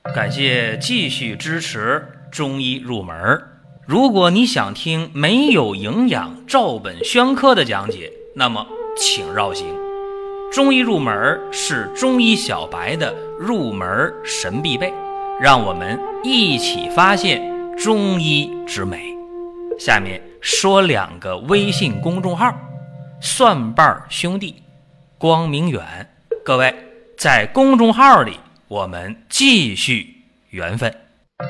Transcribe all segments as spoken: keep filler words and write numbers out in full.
感谢继续支持中医入门。如果你想听没有营养照本宣科的讲解，那么请绕行。中医入门是中医小白的入门神必备，让我们一起发现中医之美。下面说两个微信公众号：蒜瓣兄弟、光明远。各位在公众号里，我们继续缘分。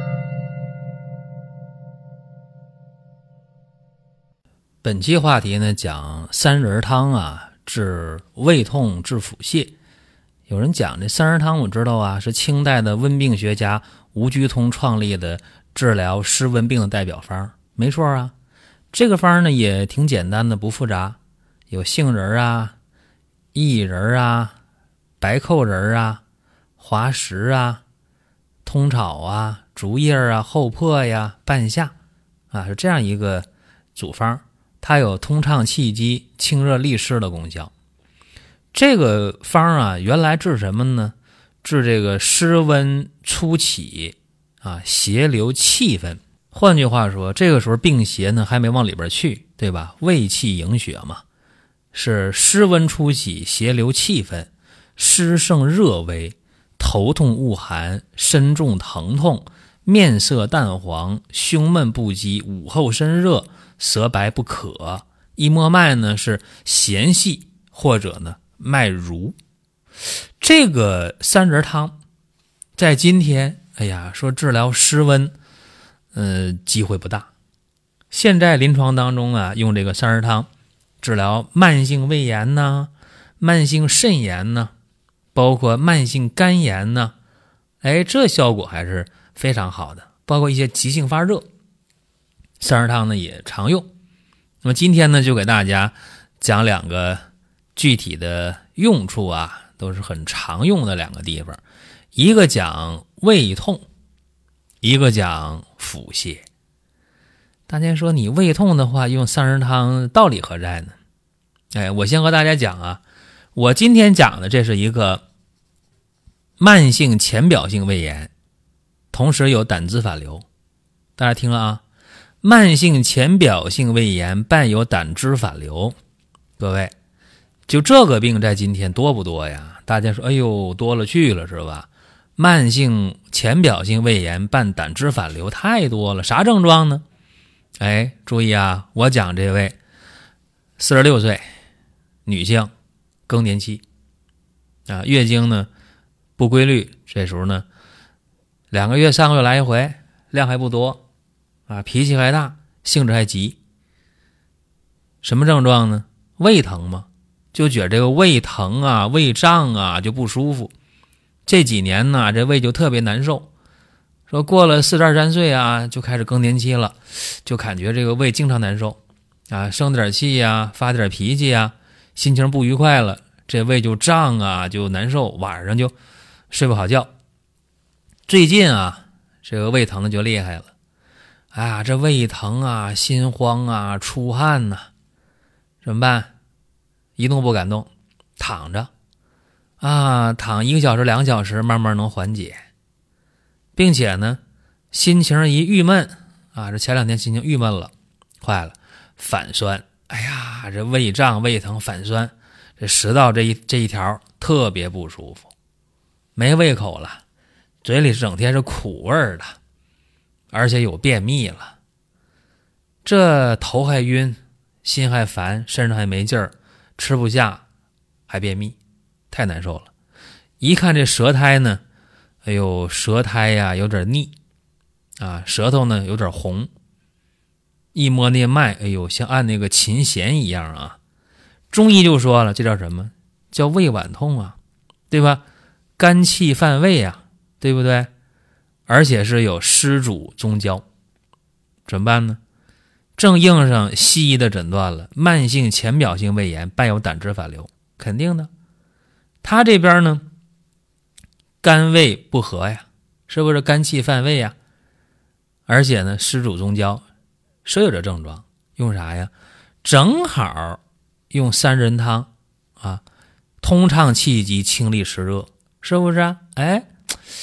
本期话题呢，讲三仁汤啊，治胃痛治腹泻。有人讲这三仁汤，我知道啊，是清代的温病学家吴居通创立的治疗湿温病的代表方。没错啊，这个方呢也挺简单的，不复杂，有杏仁啊、薏仁啊、白蔻仁啊、滑石啊、通草啊、竹叶啊、厚朴呀、半夏啊，是这样一个组方。它有通畅气机、清热利湿的功效。这个方啊，原来治什么呢？治这个湿温初起啊，邪流气分。换句话说，这个时候病邪呢还没往里边去，对吧？胃气营血嘛，是湿温初起，邪流气分，湿盛热微，头痛恶寒，身重疼痛，面色淡黄，胸闷不羁，午后身热，舌白不可，一摸脉呢是弦细或者呢脉濡。这个三仁汤在今天，哎呀，说治疗湿温，呃，机会不大。现在临床当中啊，用这个三仁汤治疗慢性胃炎呐、慢性肾炎呐、包括慢性肝炎呐，哎，这效果还是非常好的。包括一些急性发热，三仁汤呢也常用。那么今天呢，就给大家讲两个具体的用处啊，都是很常用的两个地方。一个讲胃痛，一个讲腹泻。大家说你胃痛的话，用三仁汤道理何在呢？哎，我先和大家讲啊，我今天讲的这是一个慢性浅表性胃炎，同时有胆汁反流。大家听了啊，慢性浅表性胃炎伴有胆汁反流。各位，就这个病在今天多不多呀？大家说哎呦，多了去了是吧？慢性浅表性胃炎伴胆汁反流太多了。啥症状呢？哎，注意啊，我讲这位四十六岁女性，更年期啊，月经呢不规律，这时候呢两个月三个月来一回，量还不多啊，脾气还大，性质还急。什么症状呢？胃疼嘛，就觉得这个胃疼啊、胃胀啊就不舒服。这几年呢，这胃就特别难受。说过了四十二三岁啊，就开始更年期了，就感觉这个胃经常难受啊，生点气呀，发点脾气呀，心情不愉快了，这胃就胀啊，就难受，晚上就睡不好觉。最近啊，这个胃疼的就厉害了，哎呀，这胃疼啊，心慌啊，出汗呐、啊，怎么办？一动不敢动，躺着啊，躺一个小时、两个小时，慢慢能缓解。并且呢，心情一郁闷啊，这前两天心情郁闷了，坏了，反酸，哎呀，这胃胀、胃疼、反酸，这食道这一这一条特别不舒服，没胃口了，嘴里整天是苦味的，而且有便秘了，这头还晕，心还烦，身上还没劲儿，吃不下，还便秘，太难受了。一看这舌苔呢，哎呦，舌苔呀、啊、有点腻啊，舌头呢有点红，一摸那脉，哎呦，像按那个琴弦一样啊。中医就说了，这叫什么？叫胃脘痛啊，对吧？肝气犯胃啊，对不对？而且是有湿阻中焦，怎么办呢？正应上西医的诊断了，慢性浅表性胃炎伴有胆汁反流，肯定的。他这边呢，肝胃不和呀，是不是肝气犯胃呀？而且呢，湿阻中焦，谁有这症状？用啥呀？正好用三仁汤啊，通畅气机，清利湿热，是不是啊？哎，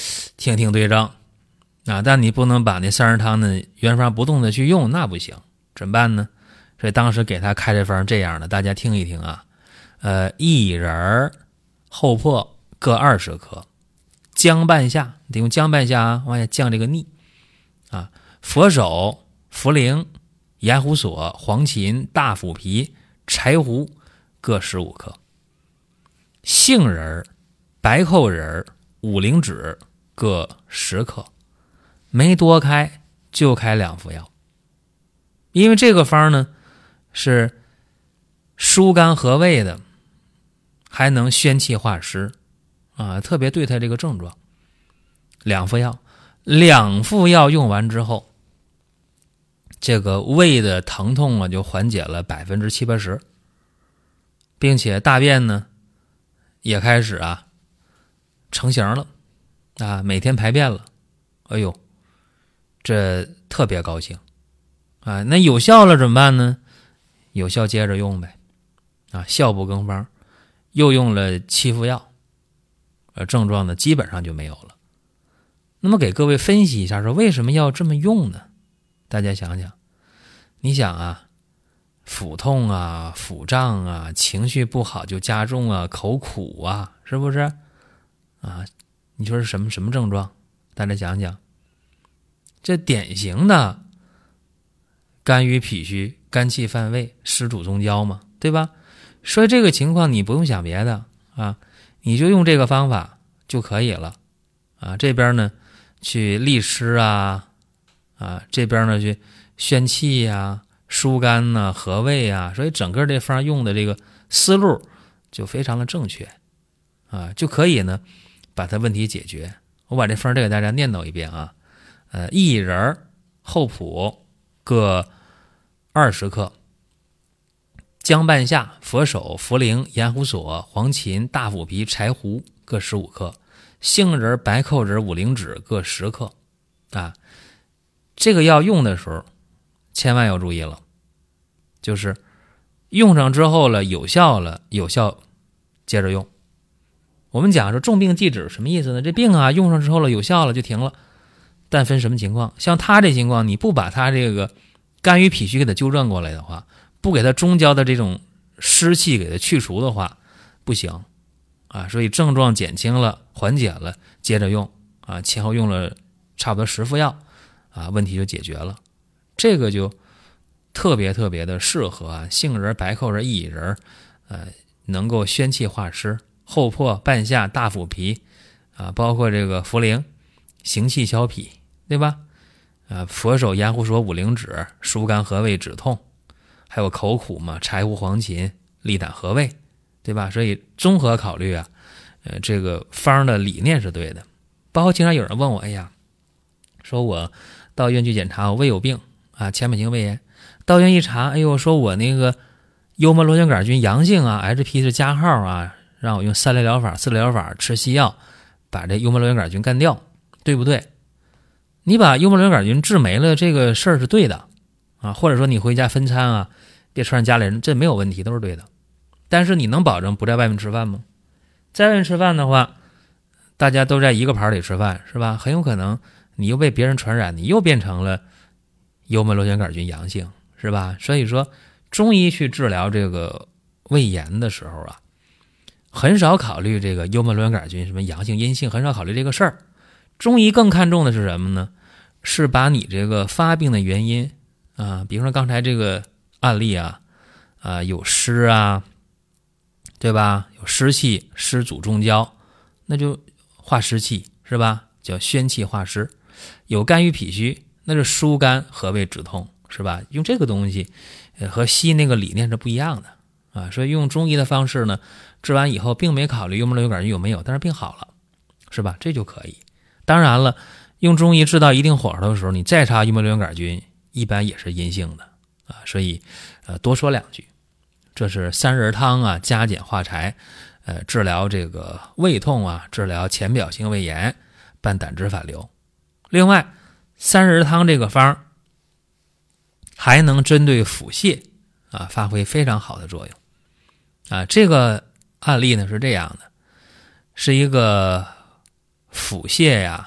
听听对症啊，但你不能把那三仁汤呢原方不动的去用，那不行，怎么办呢？所以当时给他开这方这样的，大家听一听啊。呃，薏仁、厚朴各二十克，姜半夏，得用姜半夏啊，往下降这个腻啊。佛手、茯苓、盐胡索、黄芩、大腐皮、柴胡各十五克，杏仁、白蔻仁、五灵脂各十克，没多开，就开两副药。因为这个方呢是疏肝和胃的，还能宣气化湿啊，特别对他这个症状。两副药，两副药用完之后，这个胃的疼痛啊就缓解了百分之七八十，并且大便呢也开始啊成型了啊，每天排便了。哎呦，这特别高兴啊！那有效了怎么办呢？有效接着用呗啊，效不更方，又用了七副药，呃，症状呢基本上就没有了。那么给各位分析一下，说为什么要这么用呢？大家想想，你想啊，腹痛啊、腹胀啊、情绪不好就加重啊、口苦啊，是不是啊？你说是什么什么症状？大家想想，这典型的肝郁脾虚、肝气犯胃、湿主中焦嘛，对吧？所以这个情况你不用想别的啊，你就用这个方法就可以了啊。这边呢去利湿啊啊，这边呢去宣气啊、疏肝呐、啊、和胃啊，所以整个这方用的这个思路就非常的正确啊，就可以呢把它问题解决。我把这方再给大家念叨一遍啊，呃，薏仁、厚朴各二十克，姜半夏、佛手、茯苓、盐胡索、黄芩、大腐皮、柴胡各十五克，杏仁、白蔻仁、五灵脂各十克啊。这个药用的时候千万要注意了，就是用上之后了，有效了，有效接着用。我们讲说重病忌止什么意思呢？这病啊用上之后了，有效了就停了，但分什么情况？像他这情况，你不把他这个肝郁脾虚给他纠正过来的话，不给他中焦的这种湿气给他去除的话，不行啊。所以症状减轻了，缓解了，接着用啊，前后用了差不多十副药啊，问题就解决了。这个就特别特别的适合啊，杏仁、白蔻仁、薏仁，呃，能够宣气化湿。厚朴、半夏、大腐皮啊，包括这个茯苓，行气消痞，对吧？啊，佛手、盐胡索、五灵脂，疏肝和胃止痛，还有口苦嘛，柴胡、黄芩，利胆和胃，对吧？所以综合考虑啊，呃，这个方的理念是对的。包括经常有人问我，哎呀，说我到医院去检查，我胃有病啊，前满型胃炎，到医院一查，哎呦，说我那个幽门螺旋杆菌阳性啊 ，H P 是加号啊。让我用三类疗法、四类疗法吃西药，把这幽门螺旋杆菌干掉，对不对？你把幽门螺旋杆菌治没了，这个事儿是对的啊。或者说你回家分餐啊，别传染家里人，这没有问题，都是对的。但是你能保证不在外面吃饭吗？在外面吃饭的话，大家都在一个盘里吃饭，是吧？很有可能你又被别人传染，你又变成了幽门螺旋杆菌阳性，是吧？所以说，中医去治疗这个胃炎的时候啊，很少考虑这个幽门螺旋杆菌什么阳性阴性，很少考虑这个事儿。中医更看重的是什么呢？是把你这个发病的原因啊，比如说刚才这个案例啊，啊有湿啊，对吧？有湿气，湿阻中焦，那就化湿气，是吧？叫宣气化湿。有肝郁脾虚，那是疏肝和胃止痛，是吧？用这个东西，呃，和西医那个理念是不一样的啊。所以用中医的方式呢，治完以后并没考虑幽门螺旋杆菌有没有，但是病好了，是吧？这就可以。当然了，用中医治到一定火候的时候，你再查幽门螺旋杆菌，一般也是阴性的啊。所以，呃，多说两句，这是三仁汤啊，加减化柴，呃，治疗这个胃痛啊，治疗浅表性胃炎，伴胆汁反流。另外，三仁汤这个方还能针对腹泻啊，发挥非常好的作用啊。这个案例呢是这样的，是一个腹泻呀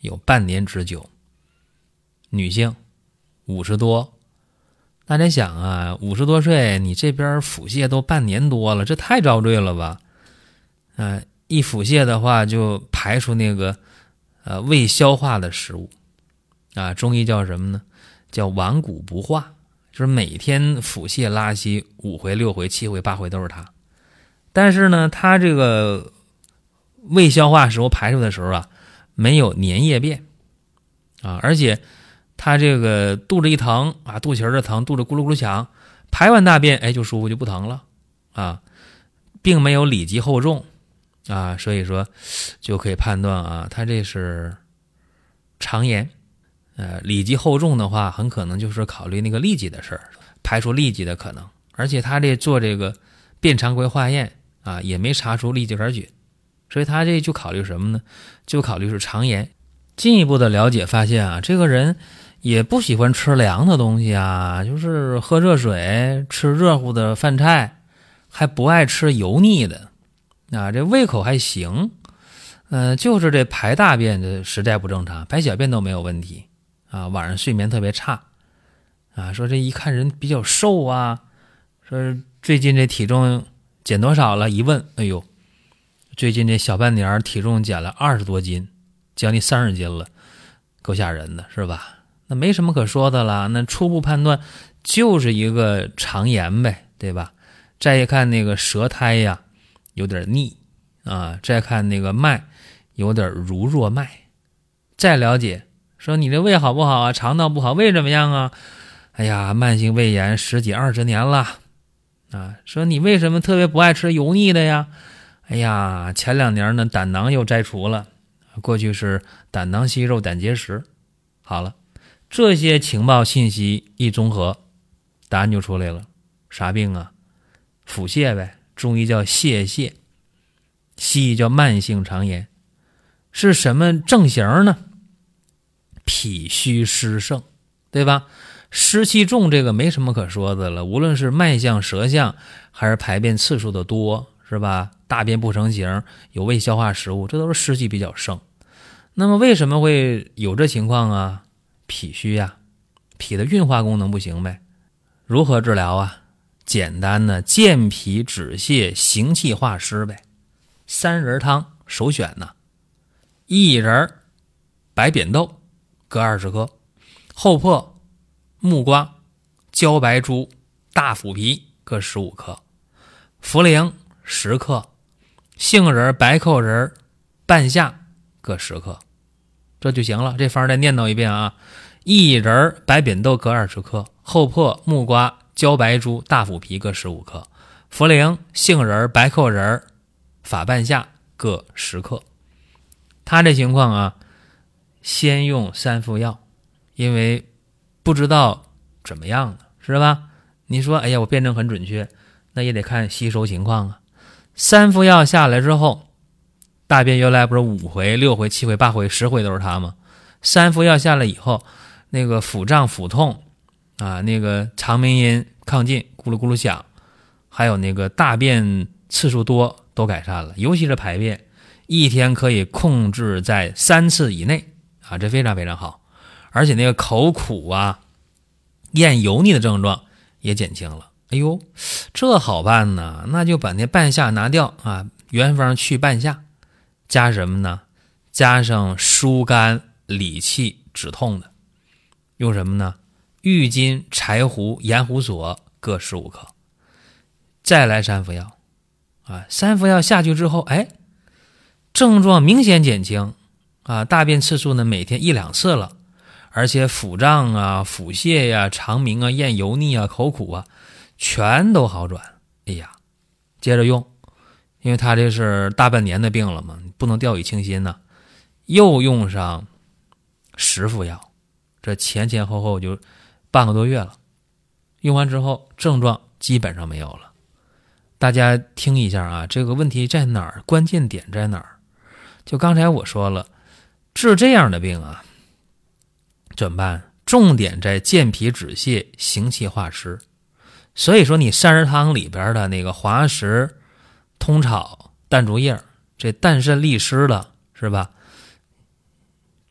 有半年之久。女性五十多，大家想啊，五十多岁，你这边腹泻都半年多了，这太遭罪了吧？呃，一腹泻的话，就排出那个呃未消化的食物啊，中医叫什么呢？叫顽固不化，就是每天腹泻拉稀五回、六回、七回、八回都是它。但是呢，它这个未消化食物排出的时候啊，没有粘液便啊，而且他这个肚子一疼啊，肚脐儿的疼，肚子咕噜咕噜响，排完大便，哎，就舒服，就不疼了啊，并没有里急后重啊，所以说就可以判断啊，他这是肠炎。呃，里急后重的话，很可能就是考虑那个痢疾的事儿，排除痢疾的可能。而且他这做这个便常规化验啊，也没查出痢疾杆菌，所以他这就考虑什么呢？就考虑是肠炎。进一步的了解发现啊，这个人也不喜欢吃凉的东西啊，就是喝热水，吃热乎的饭菜，还不爱吃油腻的啊，这胃口还行，呃，就是这排大便的实在不正常，排小便都没有问题啊，晚上睡眠特别差啊，说这一看人比较瘦啊，说最近这体重减多少了？一问，哎呦，最近这小半年体重减了二十多斤，将近三十斤了，够吓人的，是吧？那没什么可说的了，那初步判断就是一个肠炎呗，对吧？再一看那个舌苔呀，有点腻啊，再看那个脉有点如弱脉，再了解说你这胃好不好啊？肠道不好，胃怎么样啊？哎呀，慢性胃炎十几二十年了啊！说你为什么特别不爱吃油腻的呀？哎呀，前两年呢胆囊又摘除了，过去是胆囊息肉、胆结石。好了，这些情报信息一综合，答案就出来了。啥病啊？腹泻呗，中医叫泻泻，西医叫慢性肠炎。是什么症型呢？脾虚湿盛，对吧？湿气重，这个没什么可说的了，无论是脉象、舌象，还是排便次数的多，是吧？大便不成形，有未消化食物，这都是湿气比较盛。那么为什么会有这情况啊？脾虚呀、啊，脾的运化功能不行呗。如何治疗啊？简单的健脾止泻、行气化湿呗。三仁汤首选呢，薏仁、白扁豆各二十克，厚朴、木瓜、茭白术、大腐皮各十五克，茯苓十克，杏仁、白蔻仁、半夏各十克，这就行了。这方再念叨一遍啊：薏仁、白扁豆各二十克，厚朴、木瓜、茭白术、大腐皮各十五克，茯苓、杏仁、白蔻仁、法半夏各十克。他这情况啊，先用三副药，因为不知道怎么样的，是吧？你说哎呀，我辩证很准确，那也得看吸收情况啊。三副药下来之后，大便原来不是五回、六回、七回、八回、十回都是它吗？三副药下来以后，那个腹胀、腹痛啊，那个肠鸣音亢进，咕噜咕噜响，还有那个大便次数多都改善了，尤其是排便，一天可以控制在三次以内啊，这非常非常好。而且那个口苦啊、咽油腻的症状也减轻了。哎呦，这好办呢，那就把那半夏拿掉啊，原方去半夏，加什么呢？加上疏肝理气止痛的，用什么呢？郁金、柴胡、盐胡索各十五克，再来三副药啊，三副药下去之后，哎，症状明显减轻啊，大便次数呢每天一两次了，而且腹胀啊、腹泻呀、啊、肠鸣啊、咽油腻啊、口苦啊，全都好转。哎呀，接着用，因为他这是大半年的病了嘛，不能掉以轻心呢。又用上十副药，这前前后后就半个多月了。用完之后，症状基本上没有了。大家听一下啊，这个问题在哪儿？关键点在哪儿？就刚才我说了，治这样的病啊，怎么办？重点在健脾止泻、行气化湿。所以说你三仁汤里边的那个滑石、通草、淡竹叶，这淡渗利湿的是吧？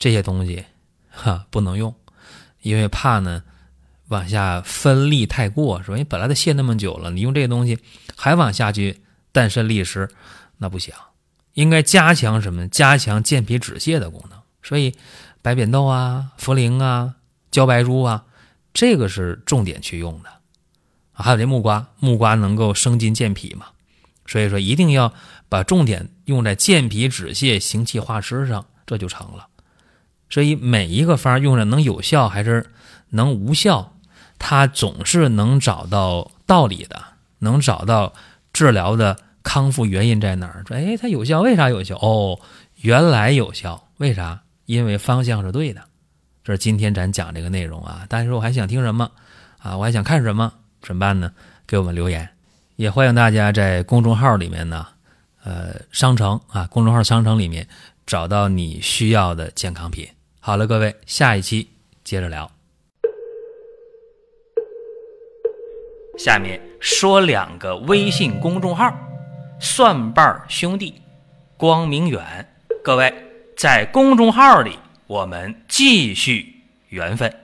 这些东西哈不能用，因为怕呢往下分粒太过，说你本来它泄那么久了，你用这些东西还往下去诞生粒石，那不行。应该加强什么？加强健脾止泻的功能。所以白扁豆啊、茯苓啊、茭白术啊，这个是重点去用的。还有这木瓜，木瓜能够生津健脾嘛，所以说一定要把重点用在健脾止泻、行气化湿上，这就成了。所以每一个方用着能有效还是能无效，它总是能找到道理的，能找到治疗的康复原因在哪儿。说哎，它有效，为啥有效？哦，原来有效，为啥？因为方向是对的。这是今天咱讲这个内容啊。但是我还想听什么啊？我还想看什么？怎么办呢？给我们留言。也欢迎大家在公众号里面呢，呃，商城啊，公众号商城里面找到你需要的健康品。好了，各位，下一期接着聊。下面说两个微信公众号：蒜瓣兄弟、光明远。各位在公众号里，我们继续缘分。